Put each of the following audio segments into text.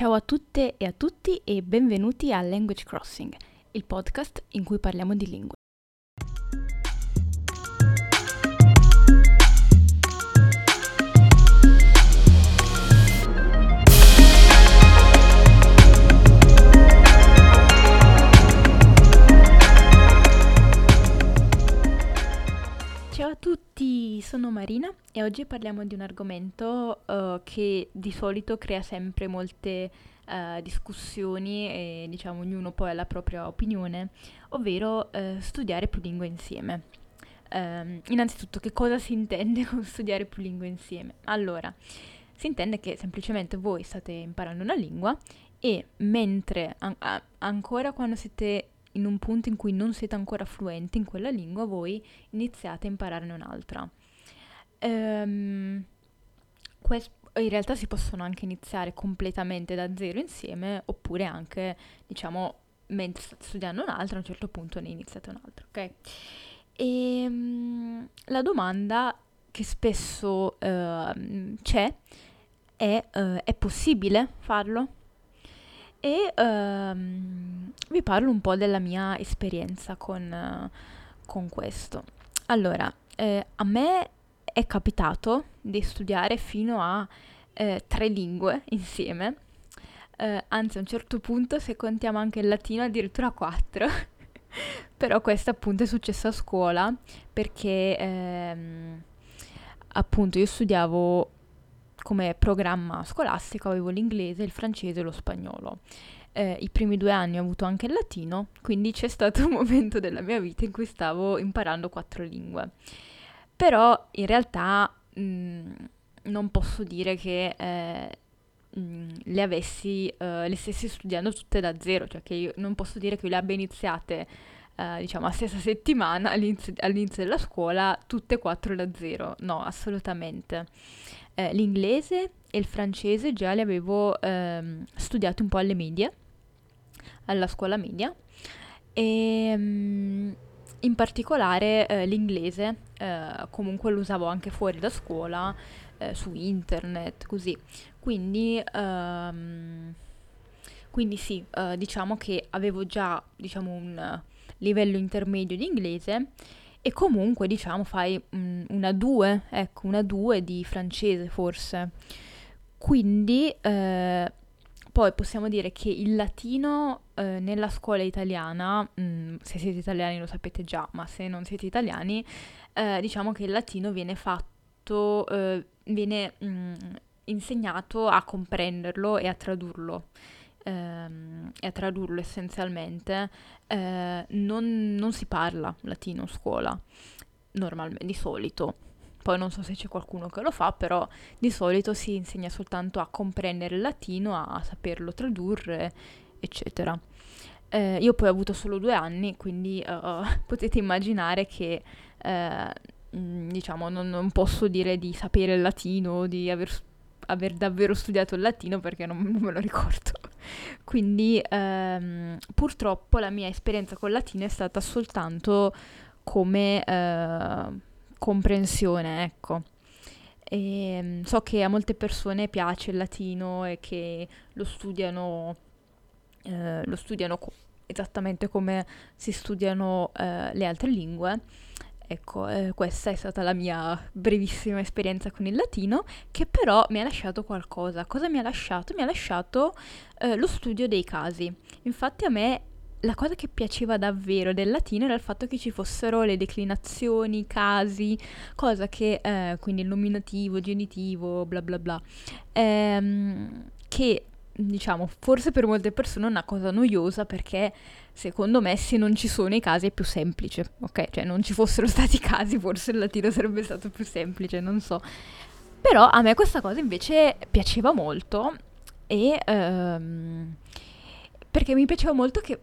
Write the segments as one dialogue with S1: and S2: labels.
S1: Ciao a tutte e a tutti e benvenuti a Language Crossing, il podcast in cui parliamo di lingue. Ciao a tutti, sono Marina e oggi parliamo di un argomento che di solito crea sempre molte discussioni e diciamo ognuno poi ha la propria opinione, ovvero studiare più lingue insieme. Innanzitutto, che cosa si intende con studiare più lingue insieme? Allora, si intende che semplicemente voi state imparando una lingua e mentre ancora quando siete in un punto in cui non siete ancora fluenti in quella lingua, voi iniziate a impararne un'altra. In realtà si possono anche iniziare completamente da zero insieme, oppure anche, diciamo, mentre state studiando un'altra, a un certo punto ne iniziate un'altra, ok? La domanda che spesso c'è è possibile farlo? E vi parlo un po' della mia esperienza con questo. Allora, a me è capitato di studiare fino a 3 lingue insieme, anzi a un certo punto, se contiamo anche il latino, addirittura 4. Però questo appunto è successo a scuola perché appunto io studiavo come programma scolastico, avevo l'inglese, il francese e lo spagnolo. I primi 2 anni ho avuto anche il latino, quindi c'è stato un momento della mia vita in cui stavo imparando 4 lingue. Però in realtà non posso dire che le stessi studiando tutte da zero, cioè che io non posso dire che io le abbia iniziate, diciamo, la stessa settimana all'inizio della scuola, tutte e 4 da zero. No, assolutamente. L'inglese e il francese già li avevo studiati un po' alle medie, alla scuola media, e in particolare l'inglese comunque lo usavo anche fuori da scuola, su internet, così. Quindi, quindi sì, diciamo che avevo già, diciamo, un livello intermedio di inglese e comunque, diciamo, fai una 2, ecco, una 2 di francese forse. Quindi, poi possiamo dire che il latino nella scuola italiana, se siete italiani lo sapete già, ma se non siete italiani, diciamo che il latino viene fatto, viene insegnato a comprenderlo e a tradurlo essenzialmente. Non si parla latino a scuola, normalmente, di solito. Poi non so se c'è qualcuno che lo fa, però di solito si insegna soltanto a comprendere il latino, a saperlo tradurre, eccetera. Io poi ho avuto solo 2 anni, quindi potete immaginare che, diciamo, non posso dire di sapere il latino, di aver davvero studiato il latino perché non me lo ricordo. Quindi purtroppo la mia esperienza col latino è stata soltanto come comprensione, ecco. E so che a molte persone piace il latino e che lo studiano esattamente come si studiano le altre lingue. Ecco, questa è stata la mia brevissima esperienza con il latino, che però mi ha lasciato qualcosa. Cosa mi ha lasciato? Mi ha lasciato lo studio dei casi. Infatti a me la cosa che piaceva davvero del latino era il fatto che ci fossero le declinazioni, i casi, cosa che, quindi il nominativo, genitivo, bla bla bla, che diciamo forse per molte persone è una cosa noiosa perché secondo me se non ci sono i casi è più semplice, ok? Cioè non ci fossero stati i casi forse il latino sarebbe stato più semplice, non so. Però a me questa cosa invece piaceva molto e perché mi piaceva molto che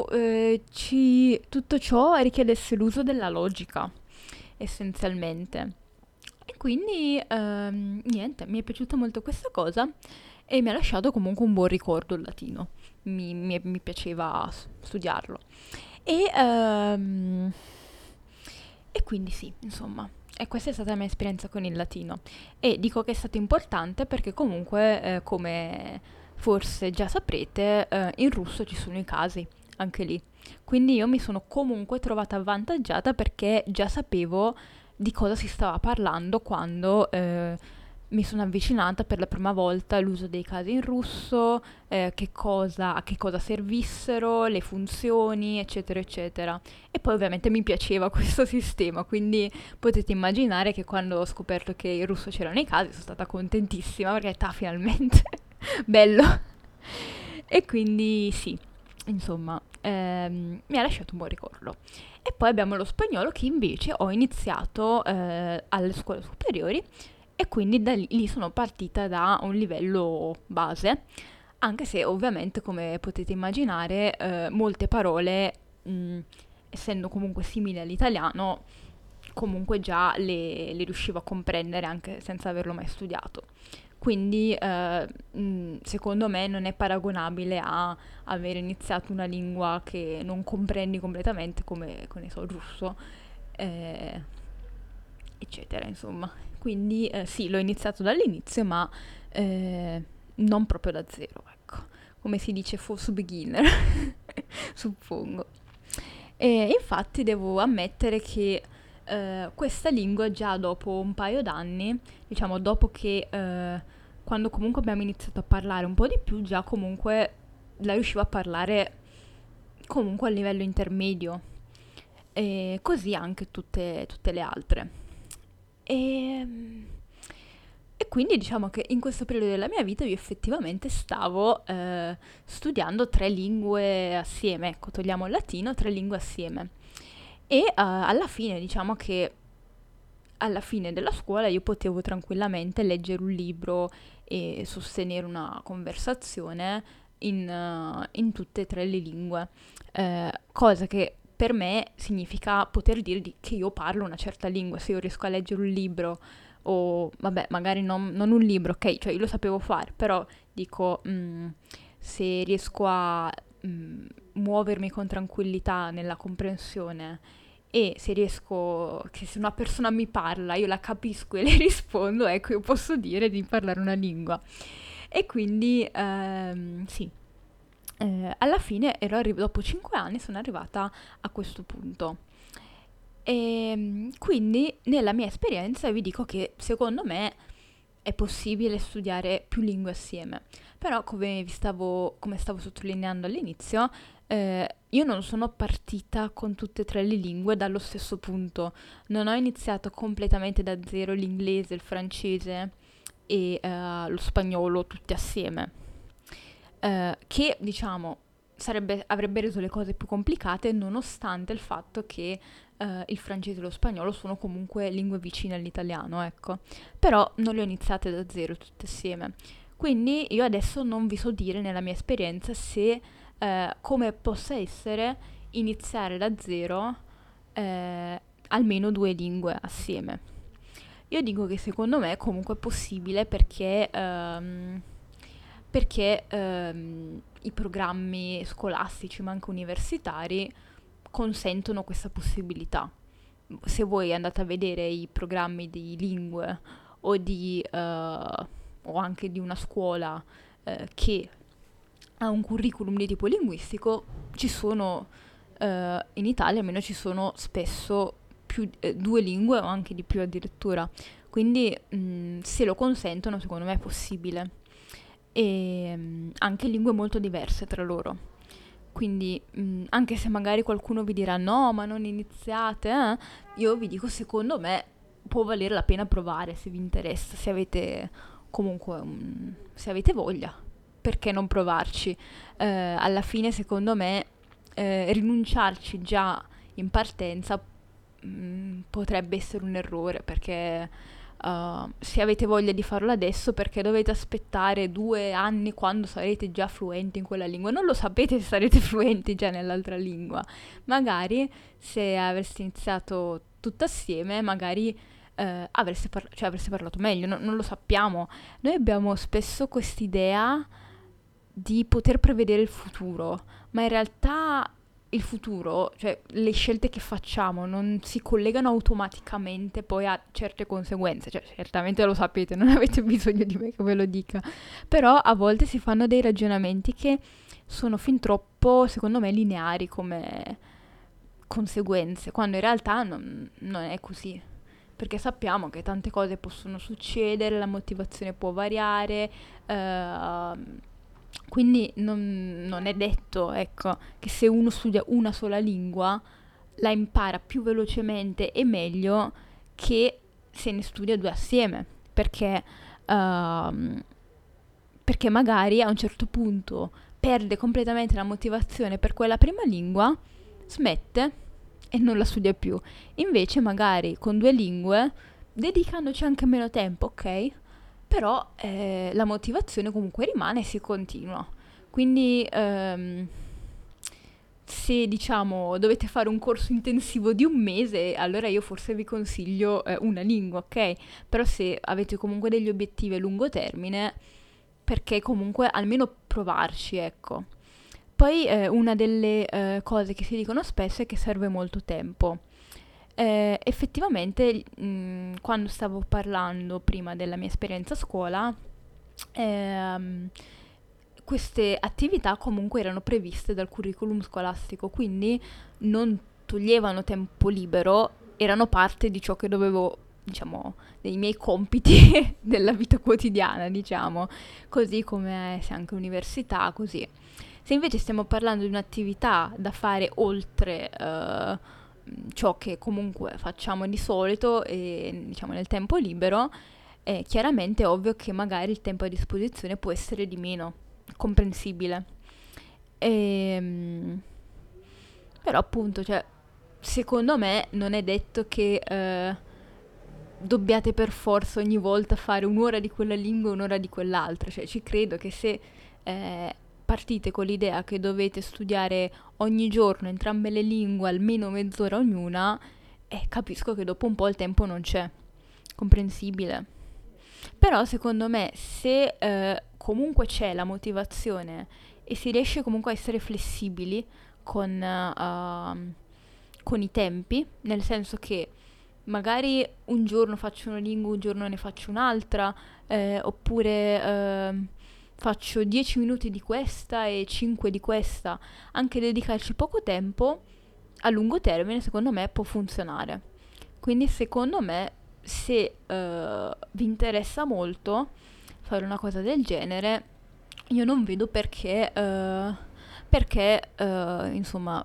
S1: tutto ciò richiedesse l'uso della logica, essenzialmente. E quindi niente, mi è piaciuta molto questa cosa e mi ha lasciato comunque un buon ricordo il latino. Mi piaceva studiarlo. E, ehm, e quindi sì, insomma, e questa è stata la mia esperienza con il latino. E dico che è stato importante perché comunque, come forse già saprete, in russo ci sono i casi, anche lì. Quindi io mi sono comunque trovata avvantaggiata perché già sapevo di cosa si stava parlando quando mi sono avvicinata per la prima volta all'uso dei casi in russo, a che cosa servissero, le funzioni, eccetera, eccetera. E poi ovviamente mi piaceva questo sistema, quindi potete immaginare che quando ho scoperto che in russo c'erano i casi sono stata contentissima perché finalmente bello. E quindi sì, insomma, mi ha lasciato un buon ricordo. E poi abbiamo lo spagnolo che invece ho iniziato alle scuole superiori e quindi da lì sono partita da un livello base, anche se ovviamente come potete immaginare molte parole, essendo comunque simili all'italiano, comunque già le riuscivo a comprendere anche senza averlo mai studiato. Quindi secondo me non è paragonabile a aver iniziato una lingua che non comprendi completamente come, ne so, il russo, eh, eccetera, insomma. Quindi sì, l'ho iniziato dall'inizio, ma non proprio da zero, ecco. Come si dice, false beginner, suppongo. E infatti devo ammettere che questa lingua già dopo un paio d'anni, diciamo dopo che quando comunque abbiamo iniziato a parlare un po' di più, già comunque la riuscivo a parlare comunque a livello intermedio e così anche tutte le altre. E, e quindi diciamo che in questo periodo della mia vita io effettivamente stavo studiando tre lingue assieme, ecco, togliamo il latino, tre lingue assieme. E alla fine diciamo che alla fine della scuola io potevo tranquillamente leggere un libro e sostenere una conversazione in tutte e tre le lingue, cosa che per me significa poter dire che io parlo una certa lingua. Se io riesco a leggere un libro o vabbè magari non un libro, ok, cioè io lo sapevo fare, però dico se riesco a muovermi con tranquillità nella comprensione e se riesco, che se una persona mi parla, io la capisco e le rispondo, ecco, io posso dire di parlare una lingua. E quindi, sì, alla fine dopo 5 anni sono arrivata a questo punto. E quindi nella mia esperienza vi dico che secondo me è possibile studiare più lingue assieme. Però come stavo sottolineando all'inizio, io non sono partita con tutte e tre le lingue dallo stesso punto. Non ho iniziato completamente da zero l'inglese, il francese e lo spagnolo tutti assieme. Che diciamo avrebbe reso le cose più complicate nonostante il fatto che il francese e lo spagnolo sono comunque lingue vicine all'italiano, ecco. Però non le ho iniziate da zero tutte assieme. Quindi io adesso non vi so dire nella mia esperienza se come possa essere iniziare da zero almeno due lingue assieme. Io dico che secondo me è comunque possibile perché i programmi scolastici ma anche universitari consentono questa possibilità. Se voi andate a vedere i programmi di lingue o anche di una scuola che ha un curriculum di tipo linguistico, ci sono in Italia almeno ci sono spesso due lingue o anche di più addirittura. Quindi se lo consentono, secondo me è possibile. E anche lingue molto diverse tra loro. Quindi, anche se magari qualcuno vi dirà no, ma non iniziate, io vi dico, secondo me può valere la pena provare se vi interessa, se avete comunque, se avete voglia, perché non provarci? Alla fine, secondo me, rinunciarci già in partenza potrebbe essere un errore, perché se avete voglia di farlo adesso, perché dovete aspettare 2 anni quando sarete già fluenti in quella lingua? Non lo sapete se sarete fluenti già nell'altra lingua. Magari se avreste iniziato tutto assieme, magari avreste parlato meglio, non lo sappiamo. Noi abbiamo spesso quest'idea di poter prevedere il futuro, ma in realtà il futuro, cioè le scelte che facciamo non si collegano automaticamente poi a certe conseguenze, cioè certamente lo sapete, non avete bisogno di me che ve lo dica, però a volte si fanno dei ragionamenti che sono fin troppo, secondo me, lineari come conseguenze, quando in realtà non è così. Perché sappiamo che tante cose possono succedere, la motivazione può variare, quindi non è detto, ecco, che se uno studia una sola lingua la impara più velocemente e meglio che se ne studia due assieme, ehm, perché magari a un certo punto perde completamente la motivazione per quella prima lingua, smette e non la studia più. Invece magari con due lingue, dedicandoci anche meno tempo, ok? Però la motivazione comunque rimane e si continua. Quindi se diciamo dovete fare un corso intensivo di un mese, allora io forse vi consiglio una lingua, ok? Però se avete comunque degli obiettivi a lungo termine, perché comunque almeno provarci, ecco. Poi una delle cose che si dicono spesso è che serve molto tempo. Effettivamente, quando stavo parlando prima della mia esperienza a scuola, ehm, queste attività comunque erano previste dal curriculum scolastico, quindi non toglievano tempo libero, erano parte di ciò che dovevo, diciamo, dei miei compiti della vita quotidiana, diciamo, così come se anche università, così. Se invece stiamo parlando di un'attività da fare oltre ciò che comunque facciamo di solito e diciamo nel tempo libero, chiaramente è ovvio che magari il tempo a disposizione può essere di meno, comprensibile. Ehm, Però appunto, cioè, secondo me non è detto che dobbiate per forza ogni volta fare un'ora di quella lingua e un'ora di quell'altra. Cioè, ci credo che se eh, partite con l'idea che dovete studiare ogni giorno entrambe le lingue almeno mezz'ora ognuna, capisco che dopo un po' il tempo non c'è. Comprensibile. Però secondo me se comunque c'è la motivazione e si riesce comunque a essere flessibili con i tempi, nel senso che magari un giorno faccio una lingua, un giorno ne faccio un'altra, oppure faccio 10 minuti di questa e 5 di questa, anche dedicarci poco tempo, a lungo termine secondo me può funzionare. Quindi secondo me se vi interessa molto fare una cosa del genere, io non vedo perché insomma,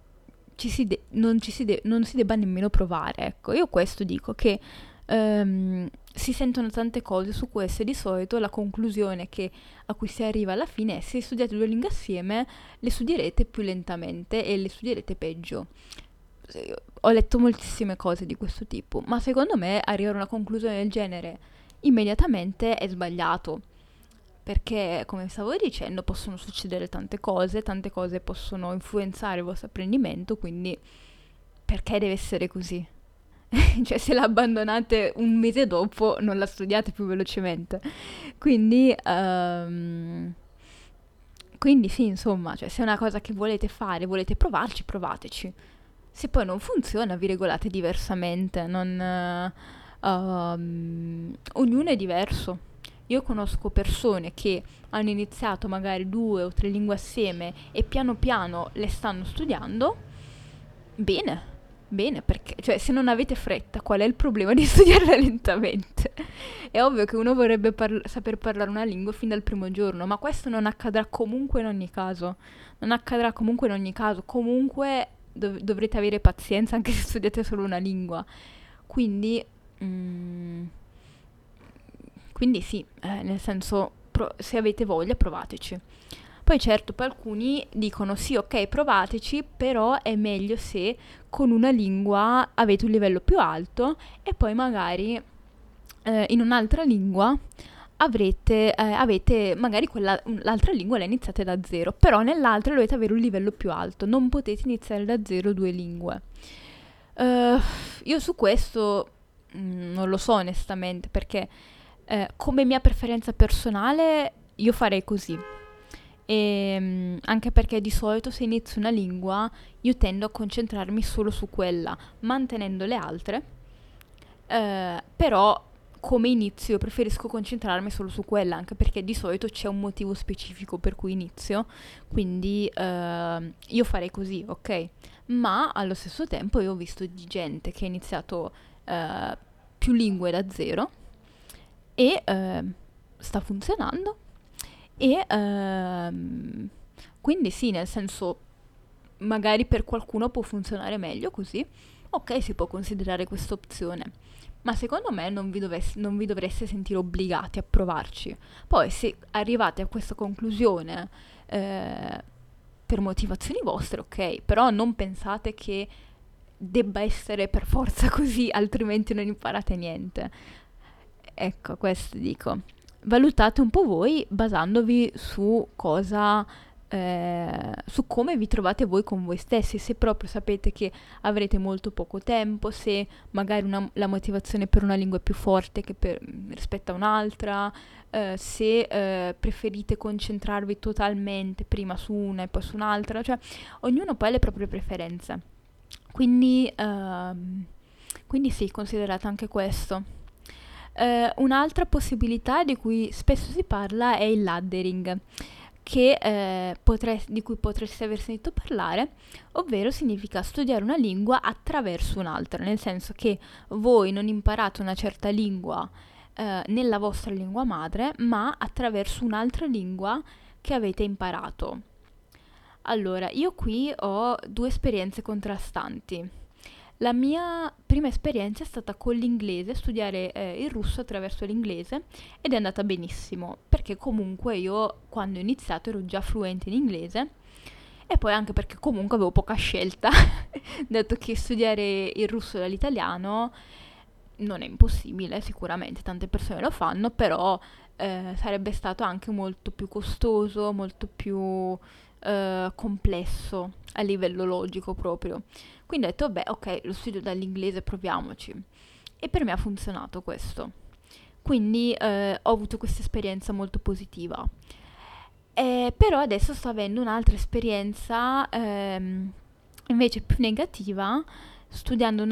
S1: non si debba nemmeno provare. Ecco, io questo dico che si sentono tante cose su questo e di solito la conclusione a cui si arriva alla fine è se studiate due lingue assieme le studierete più lentamente e le studierete peggio. Ho letto moltissime cose di questo tipo, ma secondo me arrivare a una conclusione del genere immediatamente è sbagliato, perché come stavo dicendo possono succedere tante cose possono influenzare il vostro apprendimento, quindi perché deve essere così? Cioè se la abbandonate un mese dopo non la studiate più velocemente. Quindi, quindi sì, insomma, cioè, se è una cosa che volete fare, volete provarci, provateci. Se poi non funziona, vi regolate diversamente, ognuno è diverso. Io conosco persone che hanno iniziato magari due o tre lingue assieme e piano piano le stanno studiando. Bene, bene, perché cioè, se non avete fretta, qual è il problema di studiarla lentamente? È ovvio che uno vorrebbe saper parlare una lingua fin dal primo giorno, ma questo non accadrà comunque in ogni caso. Non accadrà comunque in ogni caso. Comunque dovrete avere pazienza anche se studiate solo una lingua. Quindi, mm, quindi sì, nel senso, se avete voglia, provateci. Poi certo, poi alcuni dicono sì, ok, provateci, però è meglio se con una lingua avete un livello più alto e poi magari in un'altra lingua avete magari l'altra lingua la iniziate da zero, però nell'altra dovete avere un livello più alto, non potete iniziare da zero due lingue. Eh, io su questo non lo so onestamente, perché come mia preferenza personale io farei così. Anche perché di solito se inizio una lingua io tendo a concentrarmi solo su quella, mantenendo le altre, però come inizio preferisco concentrarmi solo su quella, anche perché di solito c'è un motivo specifico per cui inizio, quindi io farei così, ok? Ma allo stesso tempo io ho visto di gente che ha iniziato eh, più lingue da zero e sta funzionando e quindi sì, nel senso, magari per qualcuno può funzionare meglio così, ok, si può considerare questa opzione. Ma secondo me non vi dovreste sentire obbligati a provarci. Poi se arrivate a questa conclusione eh, per motivazioni vostre, ok, però non pensate che debba essere per forza così, altrimenti non imparate niente. Ecco, questo dico. Valutate un po' voi basandovi su cosa, su come vi trovate voi con voi stessi, se proprio sapete che avrete molto poco tempo, se magari la motivazione per una lingua è più forte rispetto a un'altra, se preferite concentrarvi totalmente prima su una e poi su un'altra, cioè ognuno poi ha le proprie preferenze. Quindi, quindi sì, considerate anche questo. Un'altra possibilità di cui spesso si parla è il laddering, di cui potreste aver sentito parlare, ovvero significa studiare una lingua attraverso un'altra, nel senso che voi non imparate una certa lingua nella vostra lingua madre, ma attraverso un'altra lingua che avete imparato. Allora, io qui ho due esperienze contrastanti. La mia prima esperienza è stata con l'inglese, studiare il russo attraverso l'inglese ed è andata benissimo, perché comunque io quando ho iniziato ero già fluente in inglese e poi anche perché comunque avevo poca scelta, dato che studiare il russo dall'italiano non è impossibile, sicuramente tante persone lo fanno, però sarebbe stato anche molto più costoso, molto più complesso a livello logico proprio. Quindi ho detto, beh, ok, lo studio dall'inglese, proviamoci. E per me ha funzionato questo. Quindi ho avuto questa esperienza molto positiva. Però adesso sto avendo un'altra esperienza invece più negativa, studiando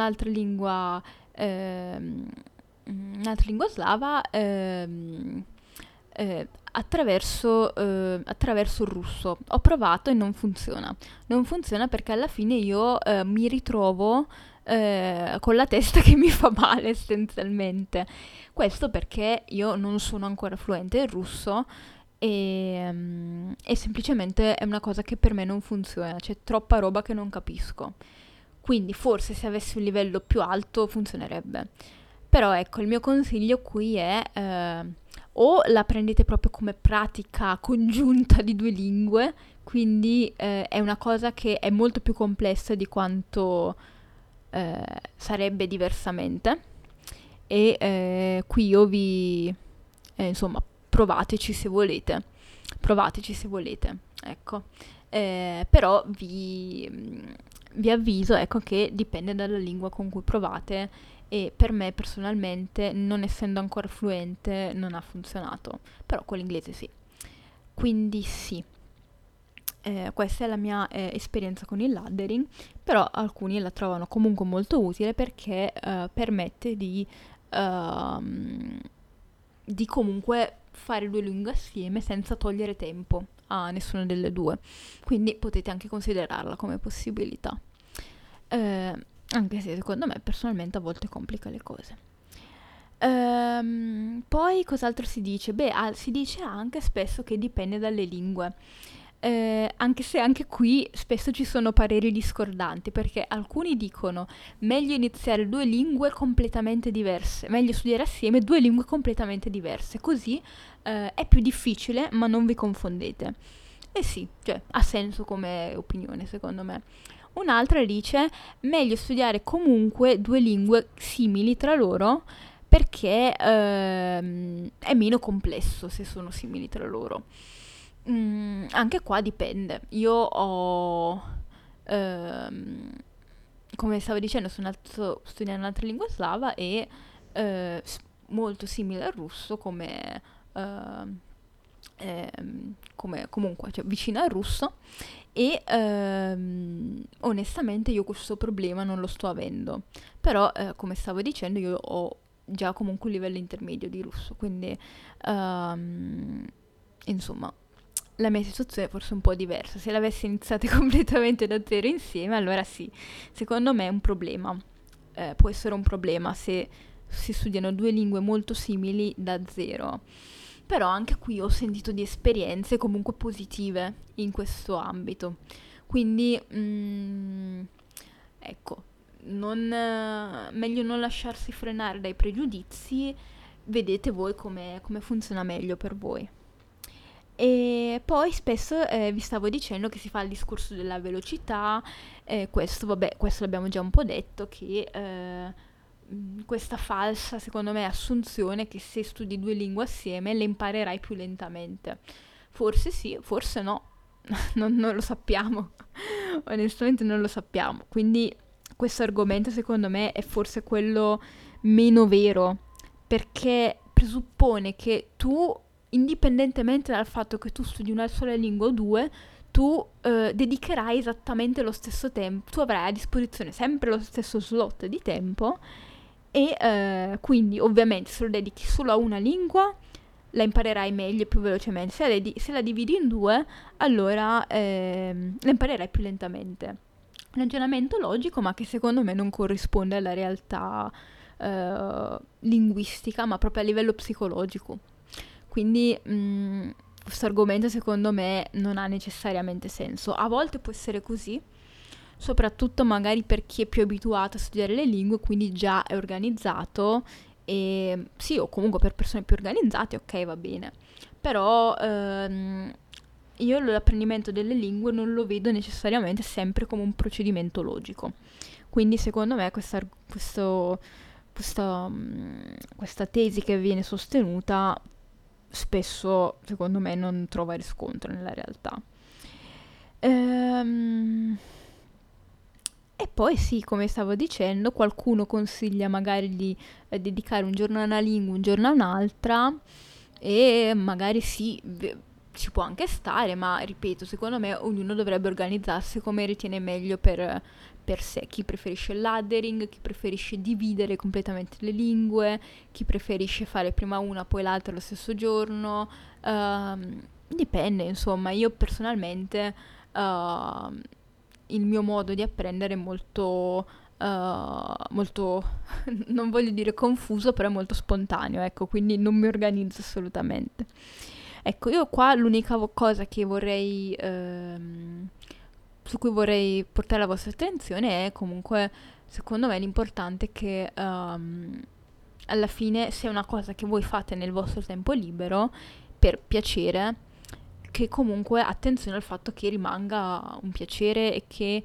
S1: ehm, un'altra lingua slava attraverso il russo. Ho provato e non funziona. Non funziona perché alla fine io mi ritrovo con la testa che mi fa male essenzialmente. Questo perché io non sono ancora fluente in russo e semplicemente è una cosa che per me non funziona, c'è troppa roba che non capisco. Quindi forse se avessi un livello più alto funzionerebbe. Però ecco, il mio consiglio qui è o la prendete proprio come pratica congiunta di due lingue, quindi è una cosa che è molto più complessa di quanto sarebbe diversamente. E qui io insomma, provateci se volete. Provateci se volete, ecco. Però vi avviso, ecco, che dipende dalla lingua con cui provate e per me personalmente, non essendo ancora fluente, non ha funzionato, però con l'inglese sì. Quindi sì, questa è la mia esperienza con il laddering, però alcuni la trovano comunque molto utile perché permette ehm, di comunque fare due lingue assieme senza togliere tempo a nessuna delle due. Quindi potete anche considerarla come possibilità. Anche se secondo me personalmente a volte complica le cose. Poi cos'altro si dice? Beh, si dice anche spesso che dipende dalle lingue. Anche se anche qui spesso ci sono pareri discordanti, perché alcuni dicono meglio iniziare due lingue completamente diverse, meglio studiare assieme due lingue completamente diverse, così è più difficile, ma non vi confondete. E sì, cioè ha senso come opinione secondo me. Un'altra dice meglio studiare comunque due lingue simili tra loro perché è meno complesso se sono simili tra loro. Anche qua dipende. Io ho, ehm, come stavo dicendo, sto studiando un'altra lingua slava e molto simile al russo come, ehm, comunque, cioè, vicino al russo, e onestamente io questo problema non lo sto avendo. Però, come stavo dicendo, io ho già comunque un livello intermedio di russo, quindi ehm, insomma la mia situazione è forse un po' diversa. Se l'avessi iniziata completamente da zero insieme, allora sì, secondo me è un problema. Può essere un problema se si studiano due lingue molto simili da zero. Però anche qui ho sentito di esperienze comunque positive in questo ambito. Quindi, ecco, meglio non lasciarsi frenare dai pregiudizi, vedete voi come funziona meglio per voi. E poi spesso vi stavo dicendo che si fa il discorso della velocità, questo, vabbè, questo l'abbiamo già un po' detto, che questa falsa, secondo me, assunzione che se studi due lingue assieme le imparerai più lentamente. Forse sì, forse no, non lo sappiamo, onestamente non lo sappiamo. Quindi questo argomento secondo me è forse quello meno vero, perché presuppone che tu, indipendentemente dal fatto che tu studi una sola lingua o due, tu dedicherai esattamente lo stesso tempo, tu avrai a disposizione sempre lo stesso slot di tempo e quindi ovviamente se lo dedichi solo a una lingua la imparerai meglio e più velocemente, se la dividi in due allora la imparerai più lentamente. Un ragionamento logico ma che secondo me non corrisponde alla realtà linguistica ma proprio a livello psicologico. Quindi questo argomento secondo me non ha necessariamente senso. A volte può essere così, soprattutto magari per chi è più abituato a studiare le lingue, quindi già è organizzato, e sì, o comunque per persone più organizzate, ok, va bene. Però io l'apprendimento delle lingue non lo vedo necessariamente sempre come un procedimento logico. Quindi secondo me questa tesi che viene sostenuta spesso, secondo me, non trova riscontro nella realtà. E poi sì, come stavo dicendo, qualcuno consiglia magari di dedicare un giorno a una lingua, un giorno a un'altra, e magari sì, ci può anche stare, ma ripeto, secondo me ognuno dovrebbe organizzarsi come ritiene meglio per sé. Chi preferisce l'othering, chi preferisce dividere completamente le lingue, chi preferisce fare prima una poi l'altra lo stesso giorno. Dipende, insomma, io personalmente il mio modo di apprendere è molto, non voglio dire confuso, però è molto spontaneo, ecco, quindi non mi organizzo assolutamente. Ecco, io qua l'unica cosa che vorrei, su cui vorrei portare la vostra attenzione è comunque, secondo me, l'importante è che alla fine, se è una cosa che voi fate nel vostro tempo libero, per piacere, che comunque attenzione al fatto che rimanga un piacere e che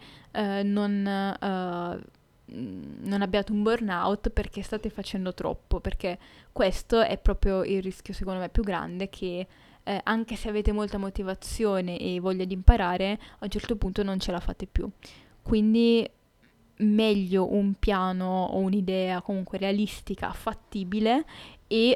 S1: non abbiate un burnout perché state facendo troppo, perché questo è proprio il rischio secondo me più grande, che anche se avete molta motivazione e voglia di imparare, a un certo punto non ce la fate più. Quindi meglio un piano o un'idea comunque realistica, fattibile e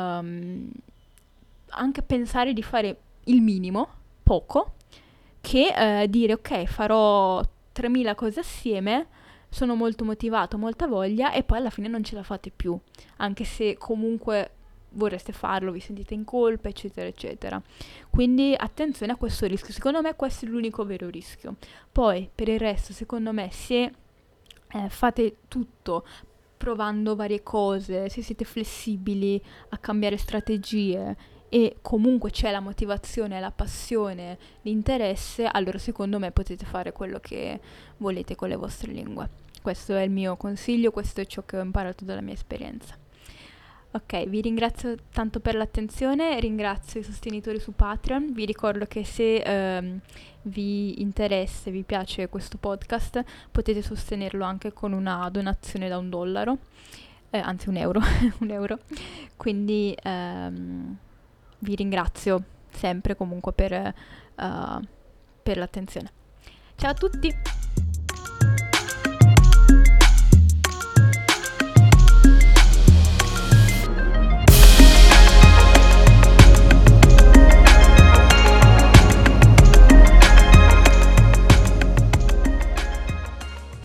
S1: anche pensare di fare il minimo, poco, che dire ok, farò 3000 cose assieme, sono molto motivato, molta voglia e poi alla fine non ce la fate più, anche se comunque vorreste farlo, vi sentite in colpa, eccetera, eccetera. Quindi attenzione a questo rischio, secondo me questo è l'unico vero rischio. Poi per il resto, secondo me, se fate tutto provando varie cose, se siete flessibili a cambiare strategie e comunque c'è la motivazione, la passione, l'interesse, allora secondo me potete fare quello che volete con le vostre lingue. Questo è il mio consiglio, questo è ciò che ho imparato dalla mia esperienza. Ok, vi ringrazio tanto per l'attenzione, ringrazio i sostenitori su Patreon, vi ricordo che se vi interessa e vi piace questo podcast potete sostenerlo anche con una donazione da $1, anzi €1, €1. Quindi vi ringrazio sempre comunque per l'attenzione. Ciao a tutti!